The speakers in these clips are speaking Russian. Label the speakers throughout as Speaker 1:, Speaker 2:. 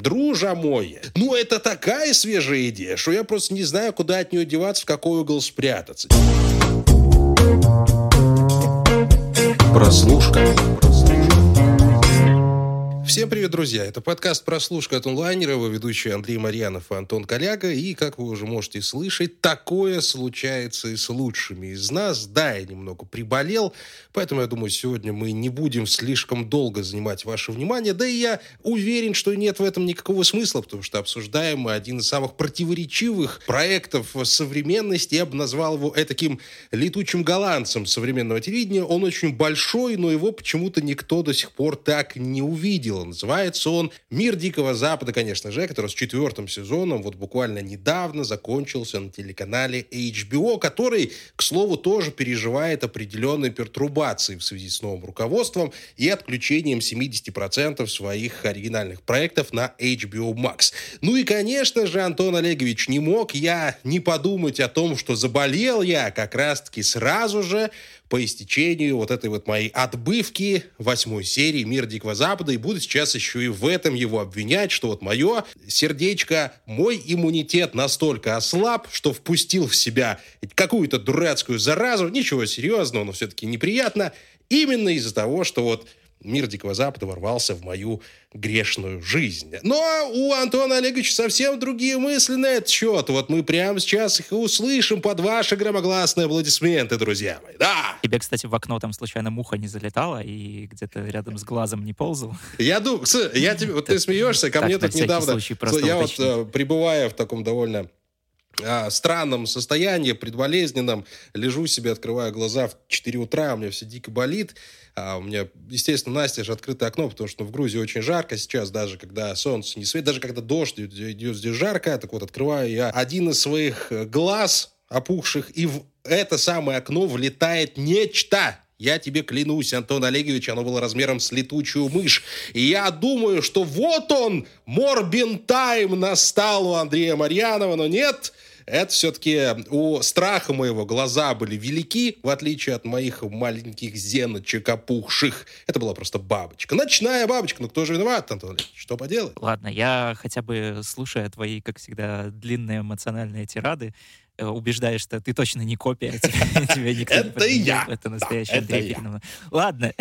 Speaker 1: Дружа мой, ну это такая свежая идея, что я просто не знаю, куда от нее деваться, в какой угол спрятаться. Прослушка. Всем привет, друзья! Это подкаст «Прослушка» от онлайнера, его ведущие Андрей Марьянов и Антон Коляга. И, как вы уже можете слышать, такое случается и с лучшими из нас. Да, я немного приболел, поэтому, я думаю, сегодня мы не будем слишком долго занимать ваше внимание. Да и я уверен, что нет в этом никакого смысла, потому что обсуждаем мы один из самых противоречивых проектов современности. Я бы назвал его этаким летучим голландцем современного телевидения. Он очень большой, но его почему-то никто до сих пор так не увидел. Называется он «Мир Дикого Запада», конечно же, который с 4-м сезоном вот буквально недавно закончился на телеканале HBO, который, к слову, тоже переживает определенные пертурбации в связи с новым руководством и отключением 70% своих оригинальных проектов на HBO Max. Ну и, конечно же, Антон Олегович, не мог я не подумать о том, что заболел я как раз-таки сразу же по истечению вот этой вот моей отбывки 8-й серии «Мир Дикого Запада», и буду сейчас еще и в этом его обвинять, что вот мое сердечко, мой иммунитет настолько ослаб, что впустил в себя какую-то дурацкую заразу, ничего серьезного, но все-таки неприятно, именно из-за того, что вот «Мир Дикого Запада» ворвался в мою грешную жизнь. Но у Антона Олеговича совсем другие мысли на этот счет. Вот мы прямо сейчас их и услышим под ваши громогласные аплодисменты, друзья мои. Да!
Speaker 2: Тебе, кстати, в окно там случайно муха не залетала и где-то рядом с глазом не ползал?
Speaker 1: Я думаю, вот ты смеешься, ко мне тут недавно, я вот пребывая в таком довольно странном состоянии, предболезненном, лежу себе, открываю глаза в 4 утра, у меня все дико болит. У меня, естественно, настежь открытое окно, потому что в Грузии очень жарко сейчас, даже когда солнце не светит, даже когда дождь идет, здесь жарко. Так вот, открываю я один из своих глаз опухших, и в это самое окно влетает нечто. Я тебе клянусь, Антон Олегович, оно было размером с летучую мышь. И я думаю, что вот он, Морбин Тайм, настал у Андрея Марьянова, но нет. Это все-таки у страха моего глаза были велики, в отличие от моих маленьких зеночек опухших. Это была просто бабочка. Ночная бабочка. Ну кто же виноват, Антон Олегович? Что поделать?
Speaker 2: Ладно, я хотя бы, слушая твои, как всегда, длинные эмоциональные тирады, убеждаешь, что ты точно не копия, тебя никто не подменил. Это настоящий Андрей Пиринов. Ладно,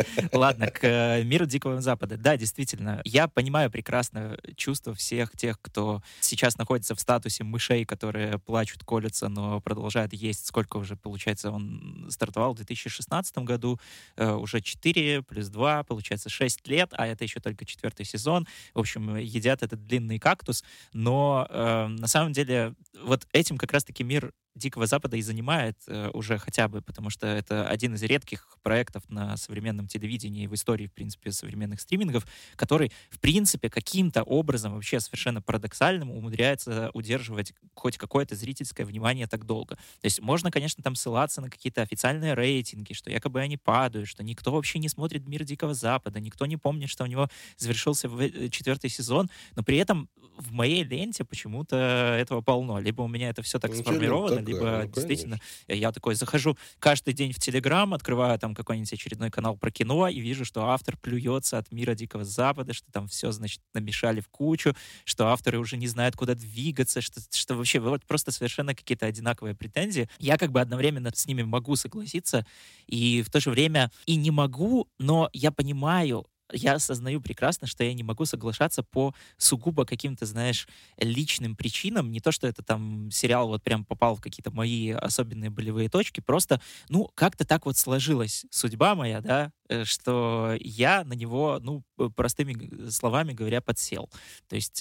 Speaker 2: к «Миру Дикого Запада». Да, действительно, я понимаю прекрасно чувства всех тех, кто сейчас находится в статусе мышей, которые плачут, колются, но продолжают есть. Сколько уже, получается, он стартовал в 2016 году, уже 4 плюс 2, получается 6 лет, а это еще только 4-й сезон. В общем, едят этот длинный кактус, но на самом деле вот этим как раз-таки «Мир Дикого Запада» и занимает уже хотя бы, потому что это один из редких проектов на современном телевидении и в истории, в принципе, современных стримингов, который, в принципе, каким-то образом, вообще совершенно парадоксальным, умудряется удерживать хоть какое-то зрительское внимание так долго. То есть можно, конечно, там ссылаться на какие-то официальные рейтинги, что якобы они падают, что никто вообще не смотрит «Мир Дикого Запада», никто не помнит, что у него завершился 4-й сезон, но при этом в моей ленте почему-то этого полно. Либо у меня это все так сформировано, либо действительно я такой захожу каждый день в Телеграм, открываю там какой-нибудь очередной канал про кино и вижу, что автор плюется от «Мира Дикого Запада», что там все, значит, намешали в кучу, что авторы уже не знают, куда двигаться, что вообще вот просто совершенно какие-то одинаковые претензии. Я как бы одновременно с ними могу согласиться и в то же время и не могу, но я понимаю, я осознаю прекрасно, что я не могу соглашаться по сугубо каким-то, знаешь, личным причинам. Не то, что это там сериал вот прям попал в какие-то мои особенные болевые точки, просто, ну, как-то так вот сложилась судьба моя, да, что я на него, ну, простыми словами говоря, подсел. То есть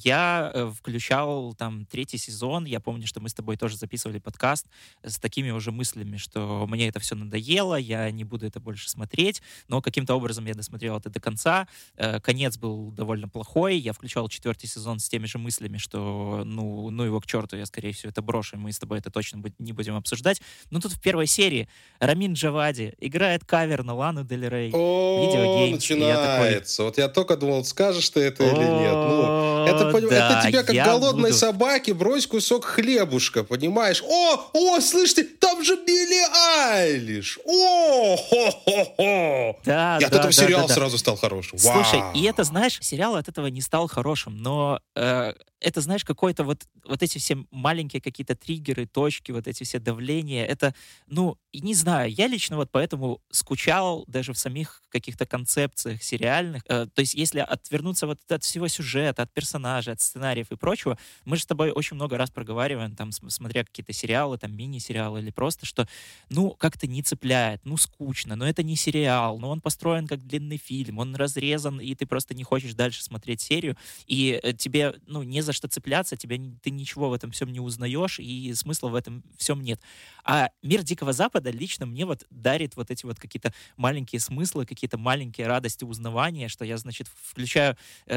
Speaker 2: я включал там 3-й сезон, я помню, что мы с тобой тоже записывали подкаст с такими уже мыслями, что мне это все надоело, я не буду это больше смотреть, но каким-то образом я досмотрел это до конца. Конец был довольно плохой, я включал 4-й сезон с теми же мыслями, что ну его к черту, я, скорее всего, это брошу, и мы с тобой это точно не будем обсуждать. Но тут в первой серии Рамин Джавади играет кавер на Лану Дель Рей.
Speaker 1: О, начинается. Вот я только думал, скажешь ты это или нет. Ну, это тебя как голодной собаке брось кусок хлебушка, понимаешь? О, слышите, там там же Билли Айлиш! О-хо-хо-хо!
Speaker 2: Да,
Speaker 1: и от этого сериал сразу стал хорошим.
Speaker 2: Слушай, и это, знаешь, сериал от этого не стал хорошим, но это, знаешь, какой-то вот эти все маленькие какие-то триггеры, точки, вот эти все давления, это, ну, не знаю, я лично вот поэтому скучал даже в самих каких-то концепциях сериальных. То есть если отвернуться вот от всего сюжета, от персонажей, от сценариев и прочего, мы же с тобой очень много раз проговариваем, там, смотря какие-то сериалы, там, мини-сериалы или просто, что, ну, как-то не цепляет, ну, скучно, но это не сериал, но он построен как длинный фильм, он разрезан, и ты просто не хочешь дальше смотреть серию, и тебе, ну, не за что цепляться, ты ничего в этом всем не узнаешь, и смысла в этом всем нет. А «Мир Дикого Запада» лично мне вот дарит вот эти вот какие-то маленькие смыслы, какие-то маленькие радости узнавания, что я, значит, включаю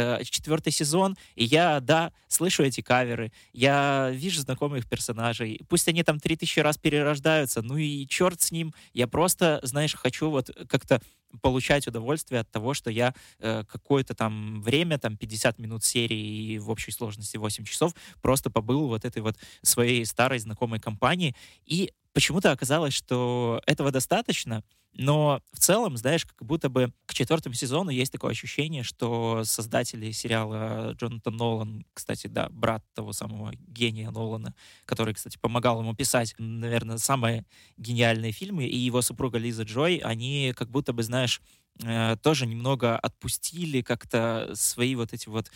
Speaker 2: 4-й сезон, и я, да, слышу эти каверы, я вижу знакомых персонажей, пусть они там 3000 раз перерождаются, ну и черт с ним, я просто, знаешь, хочу вот как-то получать удовольствие от того, что я какое-то там время, там 50 минут серии и в общей сложности 8 часов просто побыл вот этой вот своей старой знакомой компании. И почему-то оказалось, что этого достаточно, но в целом, знаешь, как будто бы к 4-му сезону есть такое ощущение, что создатели сериала Джонатан Нолан, кстати, да, брат того самого гения Нолана, который, кстати, помогал ему писать, наверное, самые гениальные фильмы, и его супруга Лиза Джой, они как будто бы, знаешь, тоже немного отпустили как-то свои вот эти вот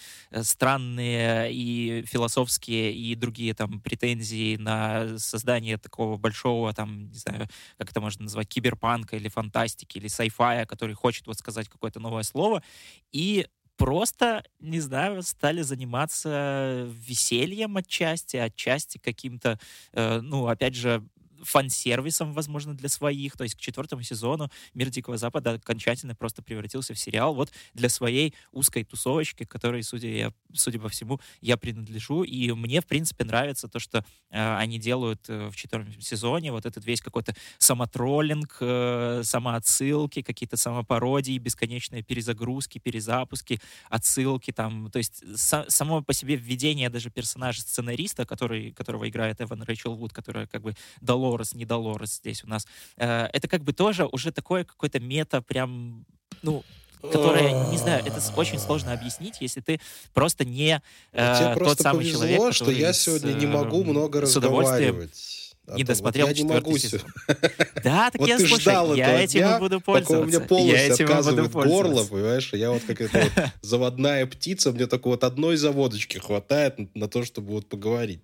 Speaker 2: странные и философские и другие там претензии на создание такого большого там, не знаю, как это можно назвать, киберпанка или фантастики, или сайфая, который хочет вот сказать какое-то новое слово, и просто, не знаю, стали заниматься весельем отчасти каким-то, ну, опять же, фан-сервисом, возможно, для своих. То есть к 4-му сезону «Мир Дикого Запада» окончательно просто превратился в сериал вот для своей узкой тусовочки, которой, судя по всему, я принадлежу. И мне, в принципе, нравится то, что они делают в 4-м сезоне. Вот этот весь какой-то самотроллинг, самоотсылки, какие-то самопародии, бесконечные перезагрузки, перезапуски, отсылки там. То есть само по себе введение даже персонажа-сценариста, которого играет Эван Рэйчел Вуд, которая как бы Долорес, не Долорес здесь у нас. Это как бы тоже уже такое какое-то мета прям, ну, которое, не знаю, это очень сложно объяснить, если ты просто не тот самый
Speaker 1: повезло,
Speaker 2: человек, который
Speaker 1: что я сегодня не могу много разговаривать.
Speaker 2: Не досмотрел
Speaker 1: вот я не могу
Speaker 2: сезон. Да, так
Speaker 1: вот
Speaker 2: я,
Speaker 1: ты
Speaker 2: слушай,
Speaker 1: ждал
Speaker 2: я этим
Speaker 1: дня,
Speaker 2: и буду
Speaker 1: пока у
Speaker 2: пользоваться.
Speaker 1: меня полностью отказывает горло, понимаешь? Я вот как эта вот заводная птица, мне только вот одной заводочки хватает на то, чтобы вот поговорить.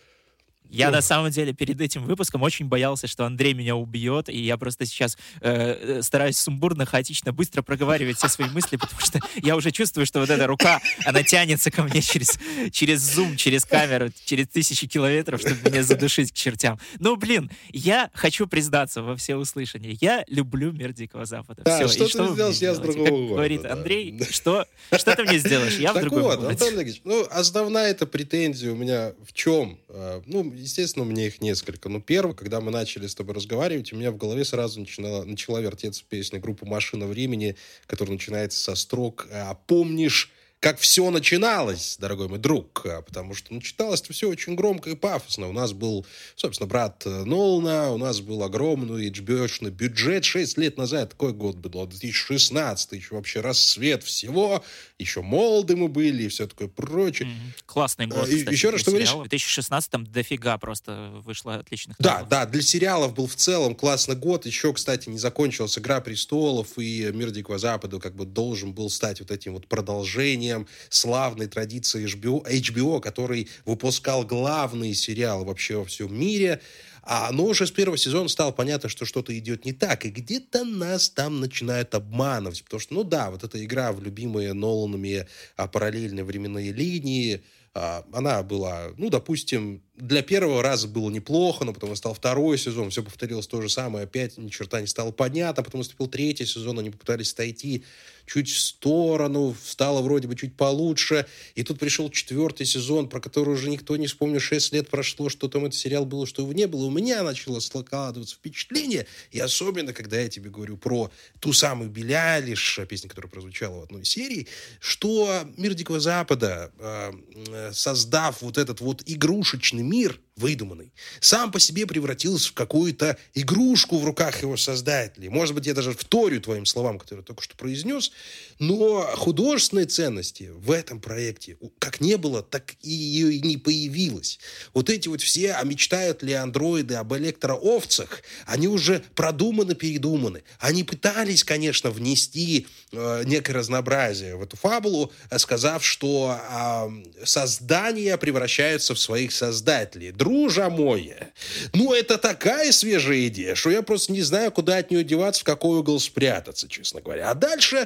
Speaker 2: Я на самом деле перед этим выпуском очень боялся, что Андрей меня убьет, и я просто сейчас стараюсь сумбурно, хаотично, быстро проговаривать все свои мысли, потому что я уже чувствую, что вот эта рука, она тянется ко мне через Zoom, через камеру, через 1000 километров, чтобы меня задушить к чертям. Ну, блин, я хочу признаться во всеуслышание. Я люблю «Мир Дикого Запада». Все.
Speaker 1: Что
Speaker 2: и
Speaker 1: ты сделаешь, я с другого
Speaker 2: как
Speaker 1: города,
Speaker 2: говорит Андрей, что ты мне сделаешь? Я в другом городе.
Speaker 1: Антон Олегович, ну, основная эта претензия у меня в чем? Ну, естественно, у меня их несколько. Но первое, когда мы начали с тобой разговаривать, у меня в голове сразу начала вертеться песня группы «Машина времени», которая начинается со строк «Помнишь, как все начиналось, дорогой мой друг», потому что начиналось это все очень громко и пафосно. У нас был, собственно, брат Нолана, у нас был огромный HBO-шный бюджет 6 лет назад. Такой год был, 2016, еще вообще расцвет всего, еще молоды мы были и все такое прочее.
Speaker 2: Классный год, кстати,
Speaker 1: еще раз, что говоришь?
Speaker 2: В 2016-м дофига просто вышло отличных
Speaker 1: фильмов. Да, для сериалов был в целом классный год. Еще, кстати, не закончилась «Игра престолов», и «Мир Дикого Запада» как бы должен был стать вот этим вот продолжением славной традиции HBO, который выпускал главные сериалы вообще во всем мире. Но уже с первого сезона стало понятно, что что-то идет не так, и где-то нас там начинают обманывать, потому что, ну да, вот эта игра в любимые Ноланами параллельные временные линии, она была, ну, допустим, для первого раза было неплохо, но потом стал второй сезон, все повторилось то же самое, опять ни черта не стало понятно, потом наступил третий сезон, они попытались отойти чуть в сторону, стало вроде бы чуть получше, и тут пришел 4-й сезон, про который уже никто не вспомнил, 6 лет прошло, что там этот сериал было, что его не было, у меня начало складываться впечатление, и особенно, когда я тебе говорю про ту самую Билли Айлиш, песню, которая прозвучала в одной серии, что «Мир Дикого Запада», создав вот этот вот игрушечный мир выдуманный сам по себе превратился в какую-то игрушку в руках его создателей. Может быть, я даже вторю твоим словам, которые я только что произнес, но художественной ценности в этом проекте как не было, так и ее и не появилось. Вот эти вот все, а мечтают ли андроиды об электроовцах, они уже продуманы, передуманы. Они пытались, конечно, внести некое разнообразие в эту фабулу, сказав, что создания превращаются в своих создателей. Дружа мой, ну это такая свежая идея, что я просто не знаю, куда от нее деваться, в какой угол спрятаться, честно говоря. А дальше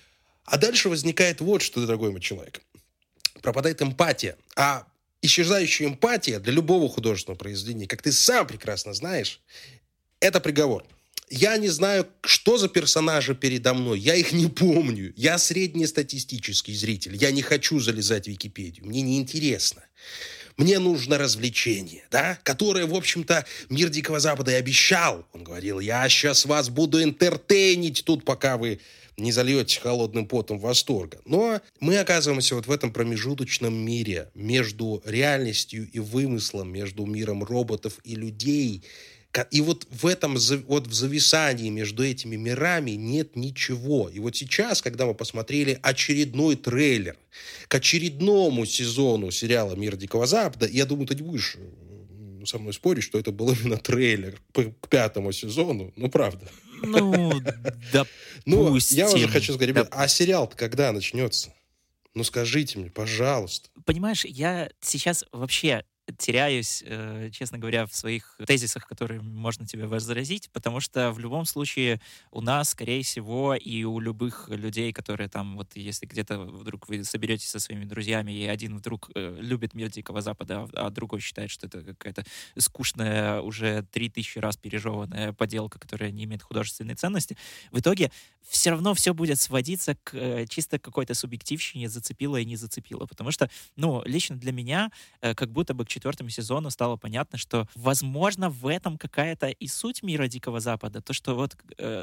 Speaker 1: возникает вот что, дорогой мой человек. Пропадает эмпатия. А исчезающая эмпатия для любого художественного произведения, как ты сам прекрасно знаешь, это приговор. Я не знаю, что за персонажи передо мной. Я их не помню. Я среднестатистический зритель. Я не хочу залезать в Википедию. Мне неинтересно. Мне нужно развлечение, да, которое, в общем-то, мир Дикого Запада и обещал. Он говорил, я сейчас вас буду энтертейнить тут, пока вы не зальетесь холодным потом восторга. Но мы оказываемся вот в этом промежуточном мире между реальностью и вымыслом, между миром роботов и людей. И вот в этом, вот в зависании между этими мирами нет ничего. И вот сейчас, когда мы посмотрели очередной трейлер к очередному сезону сериала «Мир Дикого Запада», я думаю, ты не будешь со мной спорить, что это был именно трейлер к 5-му сезону. Ну, правда.
Speaker 2: Ну, допустим.
Speaker 1: Ну, я уже хочу сказать, ребят, а сериал-то когда начнется? Ну, скажите мне, пожалуйста.
Speaker 2: Понимаешь, я сейчас вообще теряюсь, честно говоря, в своих тезисах, которые можно тебе возразить, потому что в любом случае у нас, скорее всего, и у любых людей, которые там, вот если где-то вдруг вы соберетесь со своими друзьями, и один вдруг любит мир Дикого Запада, а другой считает, что это какая-то скучная, уже 3000 раз пережеванная поделка, которая не имеет художественной ценности, в итоге все равно все будет сводиться к чисто какой-то субъективщине, зацепило и не зацепило, потому что, ну, лично для меня, как будто бы к 4-му сезону стало понятно, что, возможно, в этом какая-то и суть мира Дикого Запада. То, что вот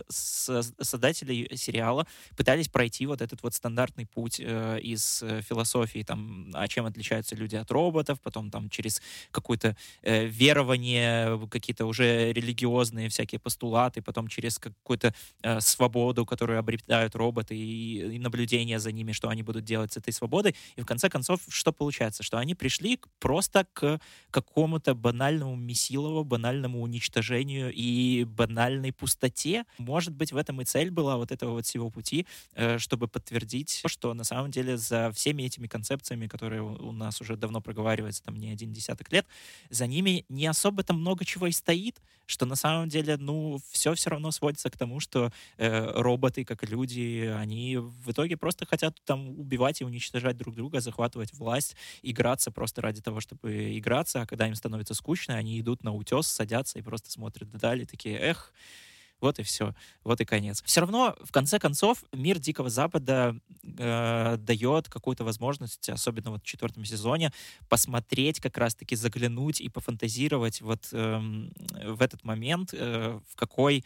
Speaker 2: создатели сериала пытались пройти вот этот вот стандартный путь из философии, там, а чем отличаются люди от роботов, потом там через какое-то верование, какие-то уже религиозные всякие постулаты, потом через какую-то свободу, которую обретают роботы, и наблюдение за ними, что они будут делать с этой свободой. И в конце концов, что получается? Что они пришли просто к какому-то банальному месилову, банальному уничтожению и банальной пустоте. Может быть, в этом и цель была вот этого вот всего пути, чтобы подтвердить, что на самом деле за всеми этими концепциями, которые у нас уже давно проговариваются, там не один десяток лет, за ними не особо там много чего и стоит, что на самом деле, ну, все равно сводится к тому, что роботы, как и люди, они в итоге просто хотят там убивать и уничтожать друг друга, захватывать власть, играться просто ради того, чтобы играться, а когда им становится скучно, они идут на утес, садятся и просто смотрят вдаль, и такие, эх, вот и все, вот и конец. Все равно, в конце концов, мир Дикого Запада дает какую-то возможность, особенно вот в 4-м сезоне, посмотреть, как раз-таки заглянуть и пофантазировать вот в этот момент, в какой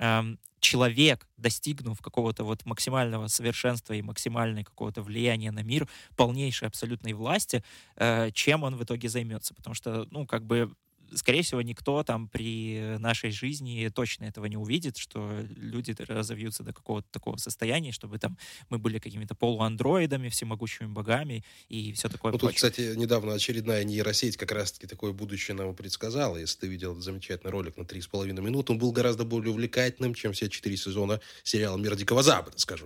Speaker 2: человек, достигнув какого-то вот максимального совершенства и максимального какого-то влияния на мир, полнейшей абсолютной власти, чем он в итоге займется. Потому что, ну, как бы, скорее всего, никто там при нашей жизни точно этого не увидит, что люди разовьются до какого-то такого состояния, чтобы там мы были какими-то полуандроидами, всемогущими богами и все такое.
Speaker 1: Ну, тут, кстати, недавно очередная нейросеть как раз-таки такое будущее нам предсказала. Если ты видел этот замечательный ролик на 3,5 минуты, он был гораздо более увлекательным, чем все 4 сезона сериала «Мир Дикого Запада», скажем.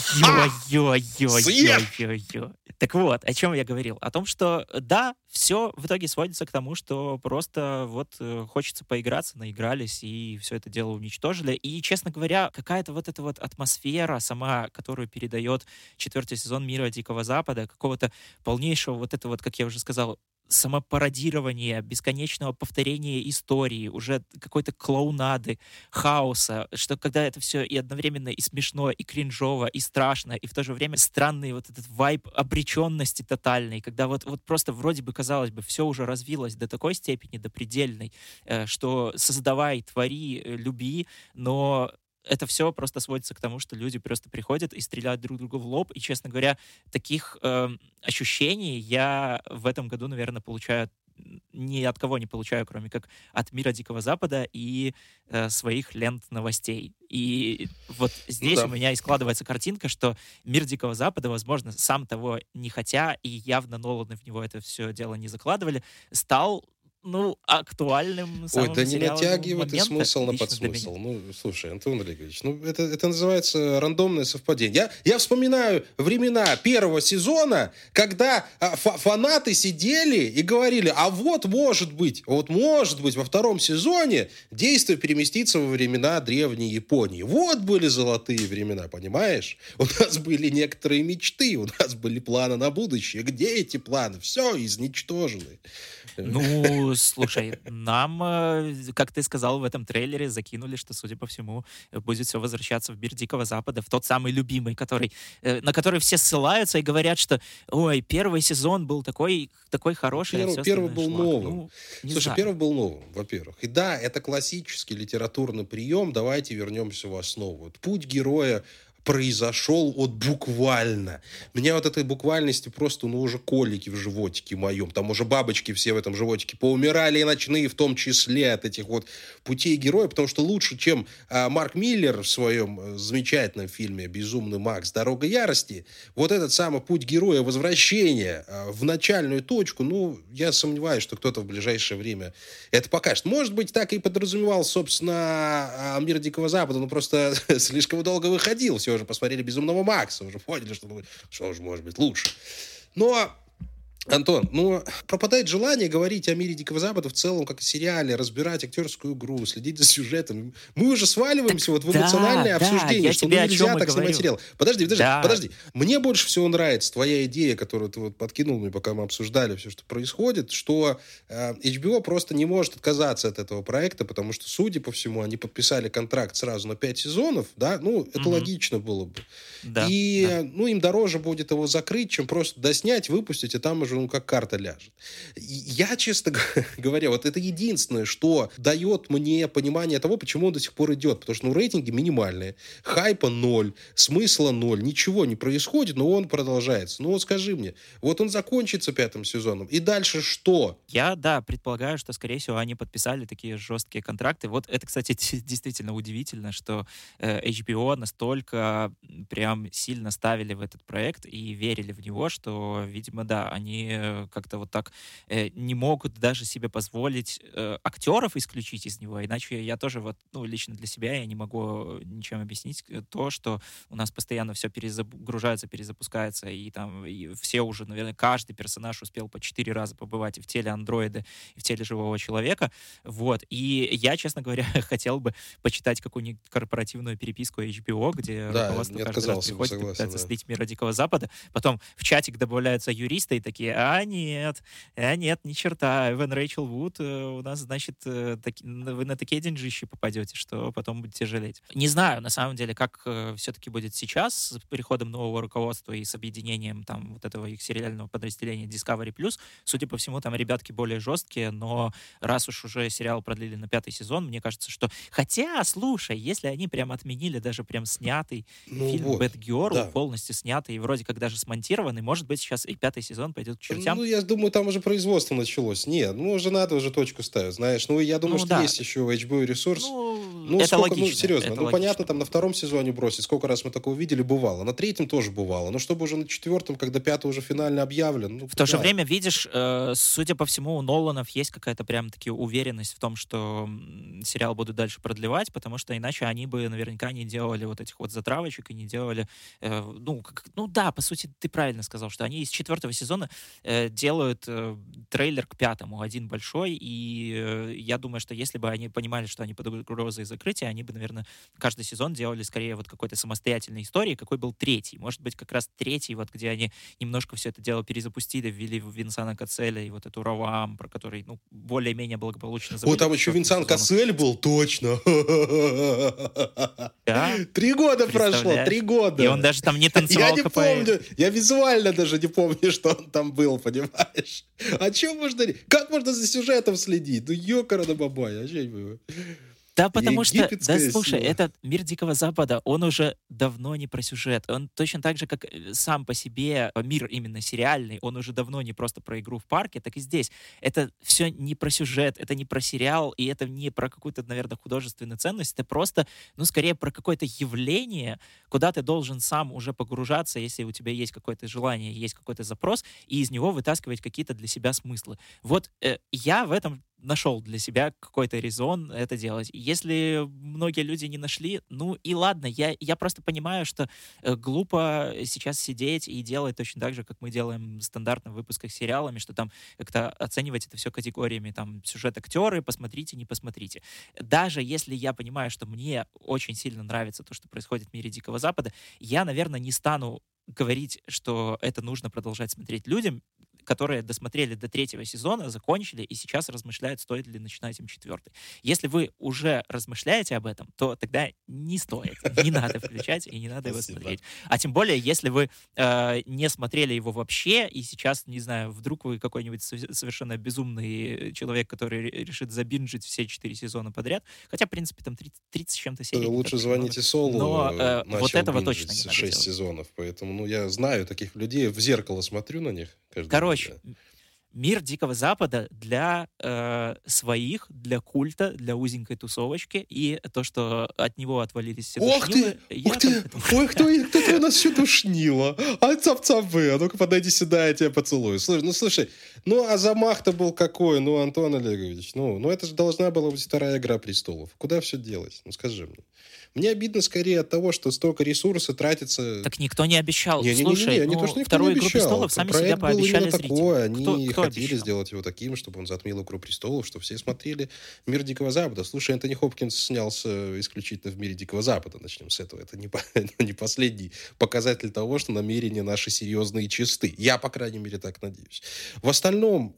Speaker 2: Ой-ой-ой-ой-ой-ой-ой. Так вот, о чем я говорил? О том, что да, все в итоге сводится к тому, что просто вот хочется поиграться, наигрались и все это дело уничтожили. И, честно говоря, какая-то вот эта вот атмосфера сама, которую передает 4-й сезон «Мира Дикого Запада», какого-то полнейшего вот этого вот, как я уже сказал, самопародирования, бесконечного повторения истории, уже какой-то клоунады, хаоса, что когда это все и одновременно и смешно, и кринжово, и страшно, и в то же время странный вот этот вайб обреченности тотальной, когда вот просто вроде бы, казалось бы, все уже развилось до такой степени, до предельной, что создавай, твори, люби, но это все просто сводится к тому, что люди просто приходят и стреляют друг другу в лоб. И, честно говоря, таких ощущений я в этом году, наверное, получаю ни от кого не получаю, кроме как от «Мира Дикого Запада» и своих лент новостей. И вот здесь у меня и складывается картинка, что «Мир Дикого Запада», возможно, сам того не хотя, и явно Ноланы в него это все дело не закладывали, стал актуальным самым.
Speaker 1: Ой, да не натягивай ты смысл на подсмысл. Слушай, Антон Олегович, это называется рандомное совпадение. Я вспоминаю времена первого сезона, когда фанаты сидели и говорили, а вот может быть, во втором сезоне действие переместится во времена древней Японии. Вот были золотые времена, понимаешь? У нас были некоторые мечты, у нас были планы на будущее. Где эти планы? Все изничтожены.
Speaker 2: Слушай, нам, как ты сказал, в этом трейлере закинули, что, судя по всему, будет все возвращаться в «Мир Дикого Запада», в тот самый любимый, на который все ссылаются и говорят, что, ой, первый сезон был такой хороший.
Speaker 1: Первый был новым. Слушай, первый был новым, во-первых. И да, это классический литературный прием. Давайте вернемся в основу. Путь героя произошел буквально. Меня вот этой буквальности просто, уже колики в животике моем. Там уже бабочки все в этом животике поумирали, и ночные в том числе, от этих путей героя, потому что лучше, чем Марк Миллер в своем замечательном фильме «Безумный Макс. Дорога ярости», вот этот самый путь героя, возвращение в начальную точку, я сомневаюсь, что кто-то в ближайшее время это покажет. Может быть, так и подразумевал, собственно, «Мир Дикого Запада», но просто слишком долго выходил. Все уже посмотрели «Безумного Макса», уже поняли, что уже может быть лучше. Но, Антон, пропадает желание говорить о «Мире Дикого Запада» в целом, как о сериале, разбирать актерскую игру, следить за сюжетом. Мы уже сваливаемся в эмоциональное обсуждение, что нельзя так снимать сериал. Подожди. Мне больше всего нравится твоя идея, которую ты подкинул мне, пока мы обсуждали все, что происходит, что HBO просто не может отказаться от этого проекта, потому что, судя по всему, они подписали контракт сразу на 5 сезонов, да, это логично было бы. Им дороже будет его закрыть, чем просто доснять, выпустить, и там уже как карта ляжет. Я, честно говоря, это единственное, что дает мне понимание того, почему он до сих пор идет. Потому что, рейтинги минимальные, хайпа 0, смысла 0, ничего не происходит, но он продолжается. Скажи мне, он закончится 5-м сезоном, и дальше что?
Speaker 2: Я, предполагаю, что, скорее всего, они подписали такие жесткие контракты. Это, кстати, действительно удивительно, что HBO настолько прям сильно ставили в этот проект и верили в него, что, видимо, они как-то так не могут даже себе позволить актеров исключить из него, иначе я тоже лично для себя я не могу ничем объяснить то, что у нас постоянно все перезагружается, перезапускается, и все уже, наверное, каждый персонаж успел по 4 раза побывать и в теле андроида, и в теле живого человека, и я, честно говоря, хотел бы почитать какую-нибудь корпоративную переписку HBO, где руководство каждый раз приходит и пытается слить «Мира Дикого Запада», потом в чатик добавляются юристы и такие, нет, ни черта, Эван Рэйчел Вуд у нас, значит, вы на такие деньжищи попадете, что потом будете жалеть. Не знаю, на самом деле, как все-таки будет сейчас с приходом нового руководства и с объединением этого их сериального подразделения Discovery+. Судя по всему, там ребятки более жесткие, но раз уж уже сериал продлили на 5-й сезон, мне кажется, что... Хотя, слушай, если они прям отменили даже прям снятый фильм Bad Girl, полностью снятый и вроде как даже смонтированный, может быть, сейчас и 5-й сезон пойдет к чертям.
Speaker 1: Я думаю, там уже производство началось. Нет, уже надо уже точку ставить, знаешь. Я думаю, что есть еще у HBO ресурс.
Speaker 2: Это логично.
Speaker 1: Серьезно. Понятно, там на 2-м сезоне бросить. Сколько раз мы такое увидели, бывало. На 3-м тоже бывало. Но чтобы уже на 4-м, когда 5-й уже финально объявлен.
Speaker 2: В то же время, видишь, судя по всему, у Ноланов есть какая-то прям таки уверенность в том, что сериал будут дальше продлевать, потому что иначе они бы наверняка не делали этих затравочек и не делали... по сути, ты правильно сказал, что они из 4-го сезона делают трейлер к 5-му, один большой, и я думаю, что если бы они понимали, что они под угрозой закрытия, они бы, наверное, каждый сезон делали скорее какой-то самостоятельной истории, какой был 3-й. Может быть, как раз 3-й, где они немножко все это дело перезапустили, ввели Винсана Касселя и эту Равам, про который, более-менее благополучно забыли.
Speaker 1: Там еще Винсан Кассель был, точно. 3 года прошло, 3 года.
Speaker 2: И он даже там не танцевал.
Speaker 1: Я не помню, я визуально даже не помню, что он там был, понимаешь? О чем можно... Как можно за сюжетом следить? Ёкара на бабай,
Speaker 2: Да, потому что, да,
Speaker 1: Египетская
Speaker 2: слушай,
Speaker 1: сила.
Speaker 2: этот «Мир Дикого Запада», он уже давно не про сюжет. Он точно так же, как сам по себе мир именно сериальный, он уже давно не просто про игру в парке, так и здесь. Это все не про сюжет, это не про сериал, и это не про какую-то, наверное, художественную ценность, это просто, ну, скорее про какое-то явление, куда ты должен сам уже погружаться, если у тебя есть какое-то желание, есть какой-то запрос, и из него вытаскивать какие-то для себя смыслы. Вот я в этом нашел для себя какой-то резон это делать. Если многие люди не нашли, ну и ладно, я просто понимаю, что глупо сейчас сидеть и делать точно так же, как мы делаем стандартно в выпусках с сериалами, что там как-то оценивать это все категориями, там, сюжет, актеры, посмотрите, не посмотрите. Даже если я понимаю, что мне очень сильно нравится то, что происходит в мире Дикого Запада, я, наверное, не стану говорить, что это нужно продолжать смотреть людям, которые досмотрели до 3-го сезона, закончили и сейчас размышляют, стоит ли начинать им 4-й. Если вы уже размышляете об этом, то тогда не стоит, не надо включать и не надо его смотреть. А тем более, если вы не смотрели его вообще, и сейчас, не знаю, вдруг вы какой-нибудь совершенно безумный человек, который решит забинжить все 4 сезона подряд, хотя, в принципе, там 30 с чем-то серий.
Speaker 1: Лучше звоните Солу.
Speaker 2: Но вот этого точно не надо
Speaker 1: 6
Speaker 2: делать.
Speaker 1: сезонов, поэтому, ну, я знаю таких людей, в зеркало смотрю на них.
Speaker 2: Короче, мир Дикого Запада для своих, для культа, для узенькой тусовочки, и то, что от него отвалились все душнилы...
Speaker 1: Ух ты! Ой, кто-то у нас еще душнило. А цап-цапы, а ну-ка подойди сюда, я тебя поцелую. Слушай, ну а замах-то был какой, ну, Антон Олегович, ну это же должна была быть 2-я «Игра престолов». Куда все делось? Ну, скажи мне. Мне обидно скорее от того, что столько ресурсов тратится...
Speaker 2: Так никто не обещал.
Speaker 1: Слушай, не то, что никто не обещал.
Speaker 2: «Игру престолов» сами себя пообещали зрителям.
Speaker 1: Они
Speaker 2: кто
Speaker 1: хотели
Speaker 2: обещал?
Speaker 1: сделать его таким, чтобы он затмил «Игру престолов», чтобы все смотрели «Мир Дикого Запада». Слушай, Энтони Хопкинс снялся исключительно в «Мире Дикого Запада». Начнем с этого. Это не последний показатель того, что намерения наши серьезные и чисты. Я, по крайней мере, так надеюсь. В остальном,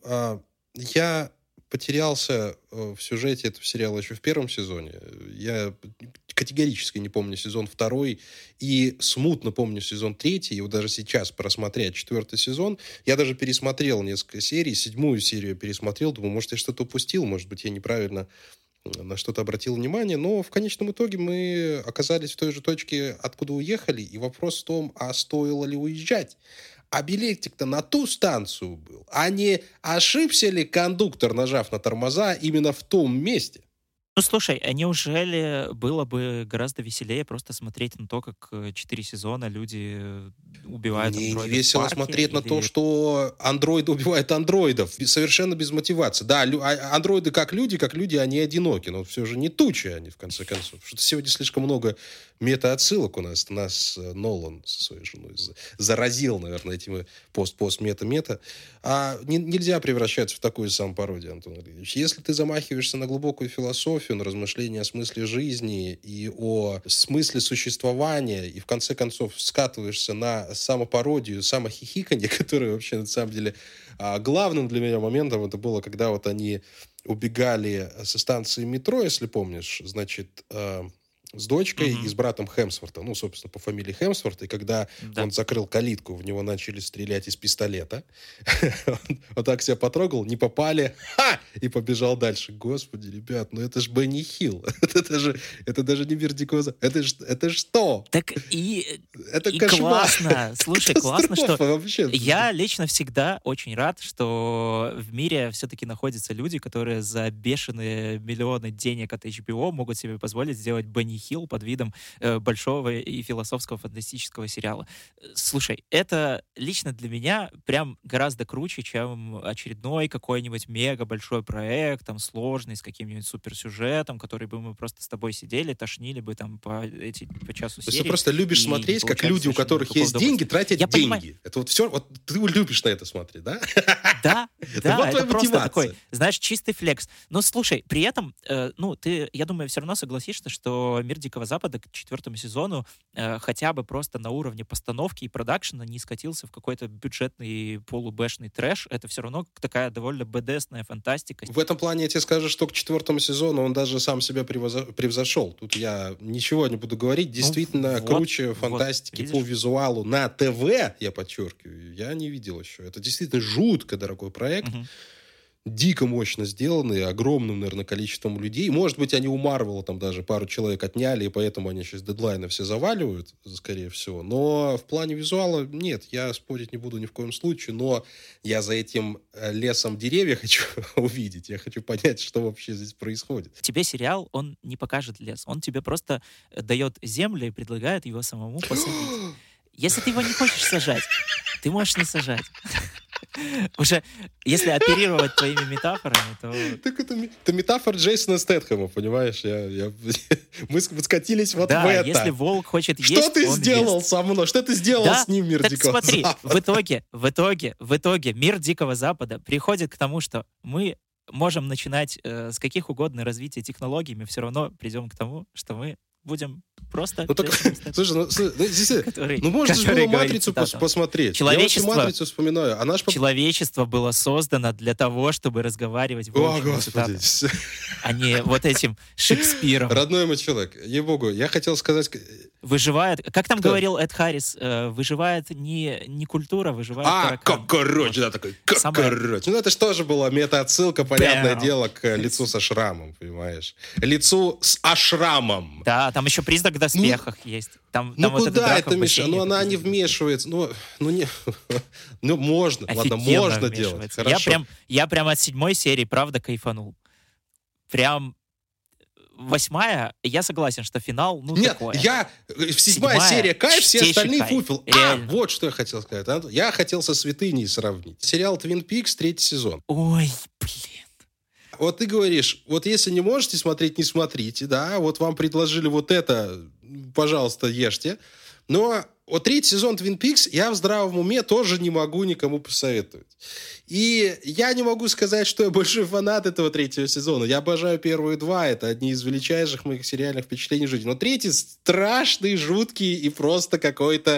Speaker 1: я потерялся в сюжете этого сериала еще в 1-м сезоне. Я категорически не помню сезон 2 и смутно помню сезон 3, и вот даже сейчас, просмотря 4-й сезон, я даже пересмотрел несколько серий, 7-ю серию пересмотрел, думаю, может, я что-то упустил, может быть, я неправильно на что-то обратил внимание, но в конечном итоге мы оказались в той же точке, откуда уехали, и вопрос в том, а стоило ли уезжать? А билетик-то на ту станцию был. А не ошибся ли кондуктор, нажав на тормоза именно в том месте?
Speaker 2: Ну, слушай, а неужели было бы гораздо веселее просто смотреть на то, как 4 сезона люди убивают
Speaker 1: Мне
Speaker 2: андроидов
Speaker 1: не весело
Speaker 2: в парке,
Speaker 1: смотреть на то, что андроиды убивают андроидов. Совершенно без мотивации. Да, андроиды как люди, они одиноки. Но все же не тучи они, в конце концов. Что-то сегодня слишком много мета-отсылок у нас. Нас Нолан со своей женой заразил, наверное, этими пост-мета-мета. А нельзя превращаться в такую самопародию, Антон Ильич. Если ты замахиваешься на глубокую философию, на размышления о смысле жизни и о смысле существования, и в конце концов скатываешься на самопародию, самохихиканье, которое вообще на самом деле главным для меня моментом это было, когда вот они убегали со станции метро, если помнишь, значит, с дочкой и с братом Хемсворта, ну, собственно, по фамилии Хемсворт, и когда он закрыл калитку, в него начали стрелять из пистолета, он так себя потрогал, не попали, и побежал дальше. Господи, ребят, ну это ж Бенни Хилл, это даже не «Мир Дикого Запада», это что?
Speaker 2: Так и
Speaker 1: кошмар.
Speaker 2: Классно, слушай, классно, что вообще. Я лично всегда очень рад, что в мире все-таки находятся люди, которые за бешеные миллионы денег от HBO могут себе позволить сделать Бенни Хилл под видом большого и философского фантастического сериала. Слушай, это лично для меня прям гораздо круче, чем очередной какой-нибудь мега большой проект, там сложный, с каким-нибудь суперсюжетом, который бы мы просто с тобой сидели, тошнили бы там по часу серии.
Speaker 1: То есть ты просто любишь смотреть, как люди, у которых есть деньги, тратят деньги. Понимаю. Это вот все, вот ты любишь на это смотреть, да?
Speaker 2: Да, это просто такой, знаешь, чистый флекс. Но слушай, при этом, ты, я думаю, все равно согласишься, что «Мир Дикого Запада» к 4-му сезону хотя бы просто на уровне постановки и продакшена не скатился в какой-то бюджетный полубэшный трэш. Это все равно такая довольно БДСная фантастика.
Speaker 1: В этом плане я тебе скажу, что к 4-му сезону он даже сам себя превзошел. Тут я ничего не буду говорить. Действительно, круче фантастики по визуалу на ТВ, я подчеркиваю, я не видел еще. Это действительно жутко дорогой проект. дико мощно сделанные, огромным, наверное, количеством людей. Может быть, они у Марвела там даже пару человек отняли, и поэтому они сейчас дедлайны все заваливают, скорее всего. Но в плане визуала нет, я спорить не буду ни в коем случае, но я за этим лесом деревьев хочу увидеть. Я хочу понять, что вообще здесь происходит.
Speaker 2: Тебе сериал, он не покажет лес. Он тебе просто дает землю и предлагает его самому посадить. Если ты его не хочешь сажать, ты можешь не сажать. Уже, если оперировать твоими метафорами, то...
Speaker 1: Так это метафора Джейсона Стэтхэма, понимаешь? Мы скатились вот в это.
Speaker 2: Да, если волк хочет есть,
Speaker 1: что ты сделал со мной? Что ты сделал с ним, Мир Дикого
Speaker 2: смотри,
Speaker 1: Запада?
Speaker 2: в итоге Мир Дикого Запада приходит к тому, что мы можем начинать с каких угодно развития технологий, мы все равно придем к тому, что мы будем просто...
Speaker 1: Слушай, можно же было «Матрицу» посмотреть. Я вообще «Матрицу» вспоминаю.
Speaker 2: Человечество было создано для того, чтобы разговаривать волчьими цитатами, а не вот этим Шекспиром.
Speaker 1: Родной мой человек, ей-богу, я хотел сказать...
Speaker 2: Выживает, как там говорил Эд Харрис, выживает не культура, выживает таракан.
Speaker 1: Кокороч, да, такой кокороч. Ну, это же тоже была мета-отсылка, понятное дело, к лицу со шрамом, понимаешь? Лицу с ашрамом.
Speaker 2: Да, там еще признак в доспехах есть. Там
Speaker 1: куда это, Миша? Ну, она не вмешивается. Ну, можно. Ладно, можно делать. Хорошо.
Speaker 2: Я прям от 7-й серии, правда, кайфанул. Прям... 8-я, я согласен, что финал, такое.
Speaker 1: Нет, в 7-я серия кайф, все остальные фуфел. Вот что я хотел сказать. Я хотел со «Святыней» сравнить. Сериал «Твин Пикс», 3-й сезон.
Speaker 2: Ой, блин.
Speaker 1: Вот ты говоришь, вот если не можете смотреть, не смотрите, да, вот вам предложили вот это, пожалуйста, ешьте. Но вот 3-й сезон «Твин Пикс» я в здравом уме тоже не могу никому посоветовать. И я не могу сказать, что я большой фанат этого 3-го сезона. Я обожаю первые 2, это одни из величайших моих сериальных впечатлений в жизни. Но 3-й страшный, жуткий и просто какой-то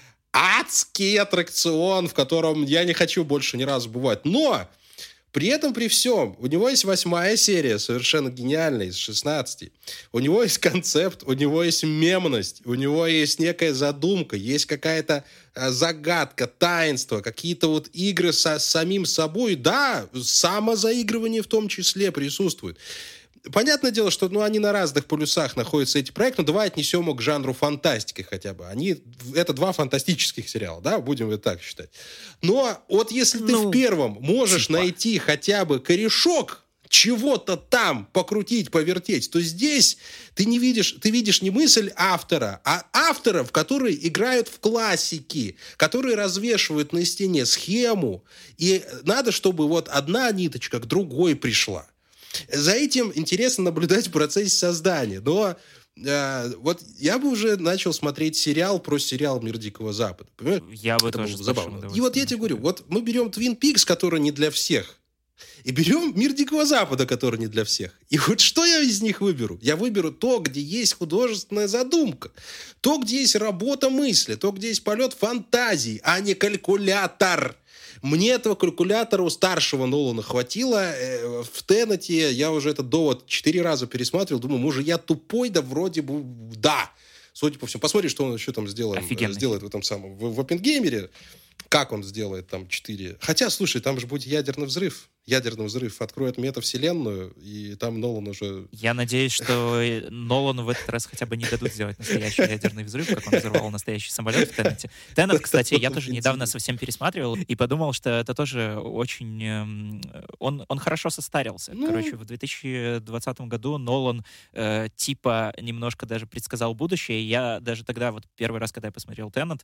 Speaker 1: адский аттракцион, в котором я не хочу больше ни разу бывать. Но... При этом, при всем, у него есть 8-я серия, совершенно гениальная, из 16. У него есть концепт, у него есть мемность, у него есть некая задумка, есть какая-то загадка, таинство, какие-то вот игры с самим собой. Да, самозаигрывание в том числе присутствует. Понятное дело, что они на разных полюсах находятся, эти проекты, но давай отнесем его к жанру фантастики хотя бы. Это 2 фантастических сериала, да, будем это так считать. Но вот если ты в первом можешь найти хотя бы корешок чего-то там покрутить, повертеть, то здесь ты видишь не мысль автора, а авторов, которые играют в классики, которые развешивают на стене схему, и надо, чтобы вот одна ниточка к другой пришла. За этим интересно наблюдать в процессе создания. Но вот я бы уже начал смотреть сериал про сериал «Мир Дикого Запада». Понимаешь?
Speaker 2: Я бы тоже
Speaker 1: забавно. И вот я тебе говорю, вот мы берем «Твин Пикс», который не для всех, и берем «Мир Дикого Запада», который не для всех. И вот что я из них выберу? Я выберу то, где есть художественная задумка, то, где есть работа мысли, то, где есть полет фантазии, а не калькулятор. Мне этого калькулятора у старшего Нолана хватило. В «Тенете» я уже этот довод 4 раза пересматривал. Думаю, может, я тупой? Да вроде бы да. Судя по всему. Посмотри, что он еще там сделает в этом самом... В «Оппенгеймере». Как он сделает там 4... Хотя, слушай, там же будет ядерный взрыв. Ядерный взрыв откроет метавселенную, и там Нолан уже...
Speaker 2: Я надеюсь, что Нолану в этот раз хотя бы не дадут сделать настоящий ядерный взрыв, как он взорвал настоящий самолет в «Тенете». «Тенет», кстати, я тоже недавно совсем пересматривал и подумал, что это тоже очень... Он хорошо состарился. Короче, в 2020 году Нолан типа немножко даже предсказал будущее. Я даже тогда, вот первый раз, когда я посмотрел «Тенет»,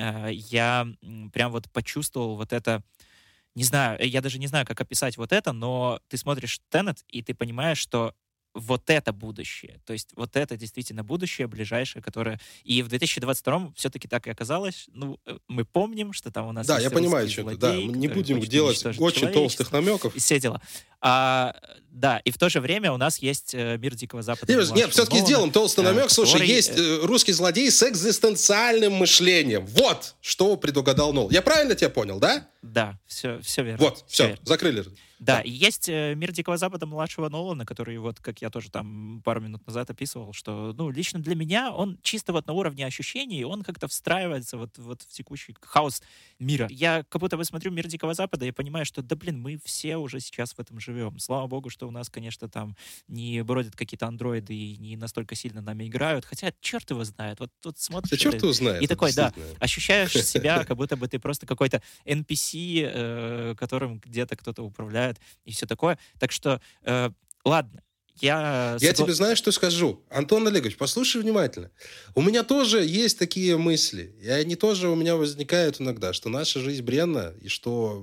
Speaker 2: я прям вот почувствовал вот это... Не знаю, я даже не знаю, как описать вот это, но ты смотришь «Тенет», и ты понимаешь, что вот это будущее. То есть вот это действительно будущее ближайшее, которое... И в 2022-м все-таки так и оказалось. Мы помним, что там у нас...
Speaker 1: Да, я понимаю, что-то. Да, мы не будем делать очень толстых намеков.
Speaker 2: И все дела. Да, и в то же время у нас есть «Мир Дикого Запада».
Speaker 1: Нет, все-таки сделаем толстый намек. Слушай, есть русский злодей с экзистенциальным мышлением. Вот, что предугадал Нолан. Я правильно тебя понял, да?
Speaker 2: Да, все верно.
Speaker 1: Вот, все, закрыли.
Speaker 2: Да, и есть «Мир Дикого Запада» младшего Нолана, который, вот, как я тоже там пару минут назад описывал, что, лично для меня он чисто вот на уровне ощущений, он как-то встраивается вот в текущий хаос мира. Я как будто бы смотрю «Мир Дикого Запада» и понимаю, что, мы все уже сейчас в этом живем. Слава богу, что у нас, конечно, там не бродят какие-то андроиды и не настолько сильно нами играют, хотя черт его знает. Вот тут смотришь...
Speaker 1: Да черт его знает.
Speaker 2: И такой, да, ощущаешь себя, как будто бы ты просто какой-то NPC, которым где-то кто-то управляет, и все такое. Так что, ладно. Я
Speaker 1: тебе, знаешь, что скажу? Антон Олегович, послушай внимательно. У меня тоже есть такие мысли. И они тоже у меня возникают иногда, что наша жизнь бренна, и что...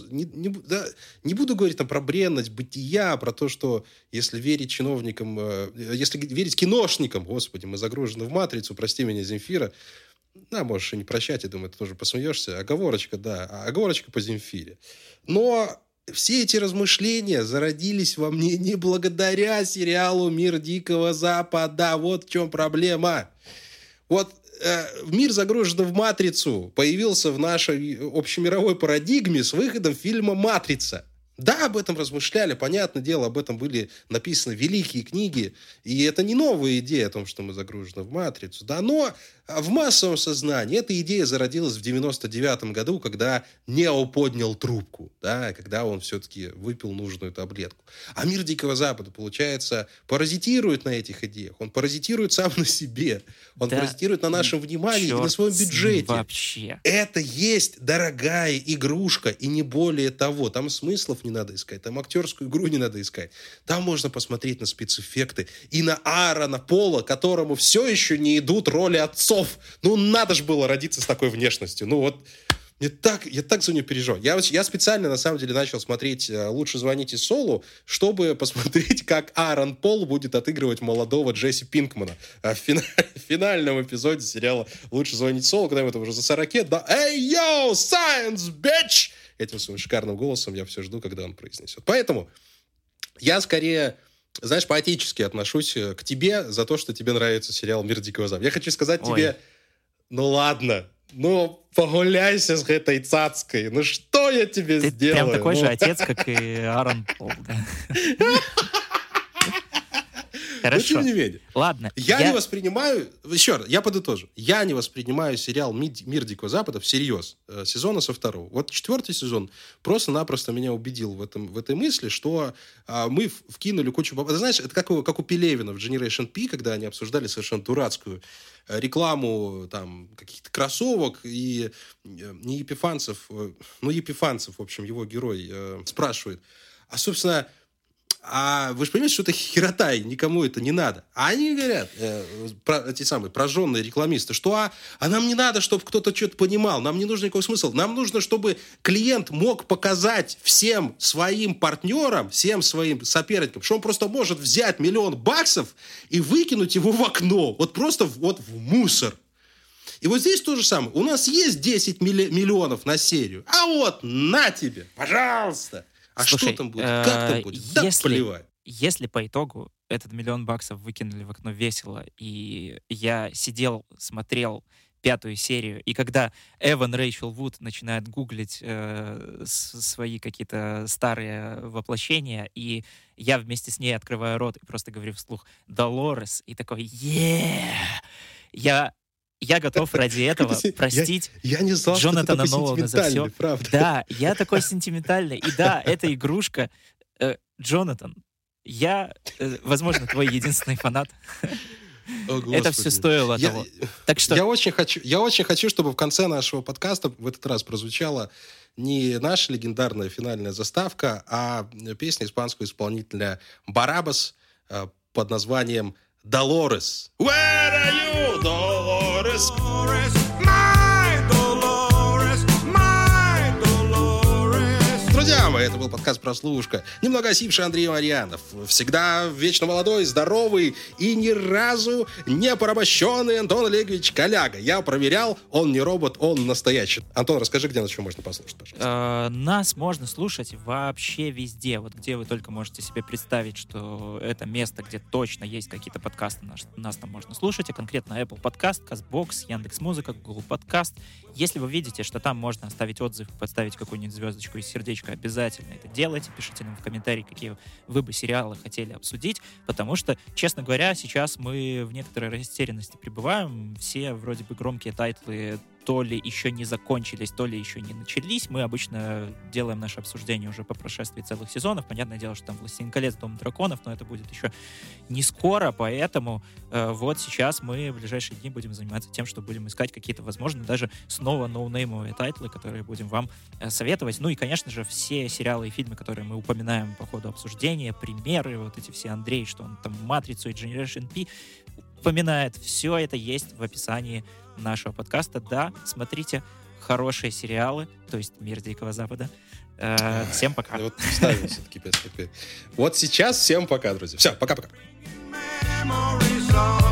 Speaker 1: не буду говорить там про бренность бытия, про то, что если верить чиновникам... если верить киношникам, господи, мы загружены в матрицу, прости меня, Земфира. Можешь и не прощать, я думаю, ты тоже посмеешься. Оговорочка, да. Оговорочка по Земфире. Но... все эти размышления зародились во мне не благодаря сериалу «Мир Дикого Запада». Вот в чем проблема. Вот мир загружен в матрицу появился в нашей общемировой парадигме с выходом фильма «Матрица». Да, об этом размышляли, понятное дело, об этом были написаны великие книги, и это не новая идея о том, что мы загружены в матрицу, да, но в массовом сознании эта идея зародилась в 99-м году, когда Нео поднял трубку, да, когда он все-таки выпил нужную таблетку. А «Мир Дикого Запада», получается, паразитирует на этих идеях, он паразитирует сам на себе, он паразитирует на нашем внимании и на своем бюджете.
Speaker 2: Вообще.
Speaker 1: Это есть дорогая игрушка, и не более того, там смыслов не надо искать, там актерскую игру не надо искать. Там можно посмотреть на спецэффекты и на Аарона Пола, которому все еще не идут роли отцов. Надо же было родиться с такой внешностью. Я так за нее переживаю. Я специально, на самом деле, начал смотреть «Лучше звоните Солу», чтобы посмотреть, как Аарон Пол будет отыгрывать молодого Джесси Пинкмана в финальном эпизоде сериала «Лучше звонить Солу», когда ему это уже за 40, да, «Эй, йоу, science, bitch!» Этим своим шикарным голосом я все жду, когда он произнесет. Поэтому я скорее, знаешь, поэтически отношусь к тебе за то, что тебе нравится сериал «Мир Дикого Запада». Я хочу сказать тебе, ладно, погуляйся с этой цацкой. Что я тебе сделаю?
Speaker 2: Ты прям такой же отец, как и Аарон Пол, да. Хорошо.
Speaker 1: Но тем не менее.
Speaker 2: Ладно.
Speaker 1: Я не воспринимаю... Еще раз, я подытожу. Я не воспринимаю сериал «Мир Дикого Запада» всерьез. Сезона со второго. Вот 4-й сезон просто-напросто меня убедил в этой мысли, что мы вкинули кучу... Знаешь, это как у Пелевина в Generation P, когда они обсуждали совершенно дурацкую рекламу там каких-то кроссовок, и не Епифанцев, Епифанцев, в общем, его герой спрашивает, собственно... вы же понимаете, что это херота, и никому это не надо. А они говорят, эти самые прожженные рекламисты, что нам не надо, чтобы кто-то что-то понимал, нам не нужен никакой смысл. Нам нужно, чтобы клиент мог показать всем своим партнерам, всем своим соперникам, что он просто может взять $1 миллион и выкинуть его в окно. Вот просто в мусор. И вот здесь то же самое. У нас есть 10 миллионов на серию. А вот на тебе, пожалуйста.
Speaker 2: Слушай,
Speaker 1: что там будет? Как там будет? Плевать.
Speaker 2: Если по итогу этот $1 миллион выкинули в окно весело, и я сидел, смотрел 5-ю серию, и когда Эван Рэйчел Вуд начинает гуглить свои какие-то старые воплощения, и я вместе с ней открываю рот и просто говорю вслух «Долорес», и такой Я готов ради этого простить
Speaker 1: я не знал,
Speaker 2: Джонатана Нолана за все.
Speaker 1: Правда.
Speaker 2: Да, я такой сентиментальный. И да, эта игрушка. Джонатан, я, возможно, твой единственный фанат. Это все стоило того. Так что...
Speaker 1: Я очень хочу, чтобы в конце нашего подкаста в этот раз прозвучала не наша легендарная финальная заставка, а песня испанского исполнителя Барабас под названием «Долорес». Where are you, Dolores? My Dolores, my Dolores. Друзья, программа. Это был подкаст «Прослушка». Немного осипший Андрей Марьянов. Всегда вечно молодой, здоровый и ни разу не порабощенный Антон Олегович Коляга. Я проверял, он не робот, он настоящий. Антон, расскажи, где нас еще можно послушать, пожалуйста.
Speaker 2: Нас можно слушать вообще везде. Вот где вы только можете себе представить, что это место, где точно есть какие-то подкасты, нас там можно слушать. А конкретно Apple Podcast, CastBox, Яндекс.Музыка, Google Podcast. Если вы видите, что там можно оставить отзыв, подставить какую-нибудь звездочку и сердечко, обязательно это делайте. Пишите нам в комментарии, какие вы бы сериалы хотели обсудить, потому что, честно говоря, сейчас мы в некоторой растерянности пребываем. Все вроде бы громкие тайтлы то ли еще не закончились, то ли еще не начались. Мы обычно делаем наше обсуждение уже по прошествии целых сезонов. Понятное дело, что там «Властелин колец», «Дом драконов», но это будет еще не скоро, поэтому вот сейчас мы в ближайшие дни будем заниматься тем, что будем искать какие-то, возможно, даже снова ноунеймовые тайтлы, которые будем вам советовать. Ну и, конечно же, все сериалы и фильмы, которые мы упоминаем по ходу обсуждения, примеры, вот эти все Андрей, что он там «Матрицу» и «Generation P» упоминает, все это есть в описании нашего подкаста. Да, смотрите хорошие сериалы, то есть «Мир Дикого Запада». Всем пока.
Speaker 1: Вот ставим все-таки 5/5. Вот сейчас всем пока, друзья. Все, пока-пока.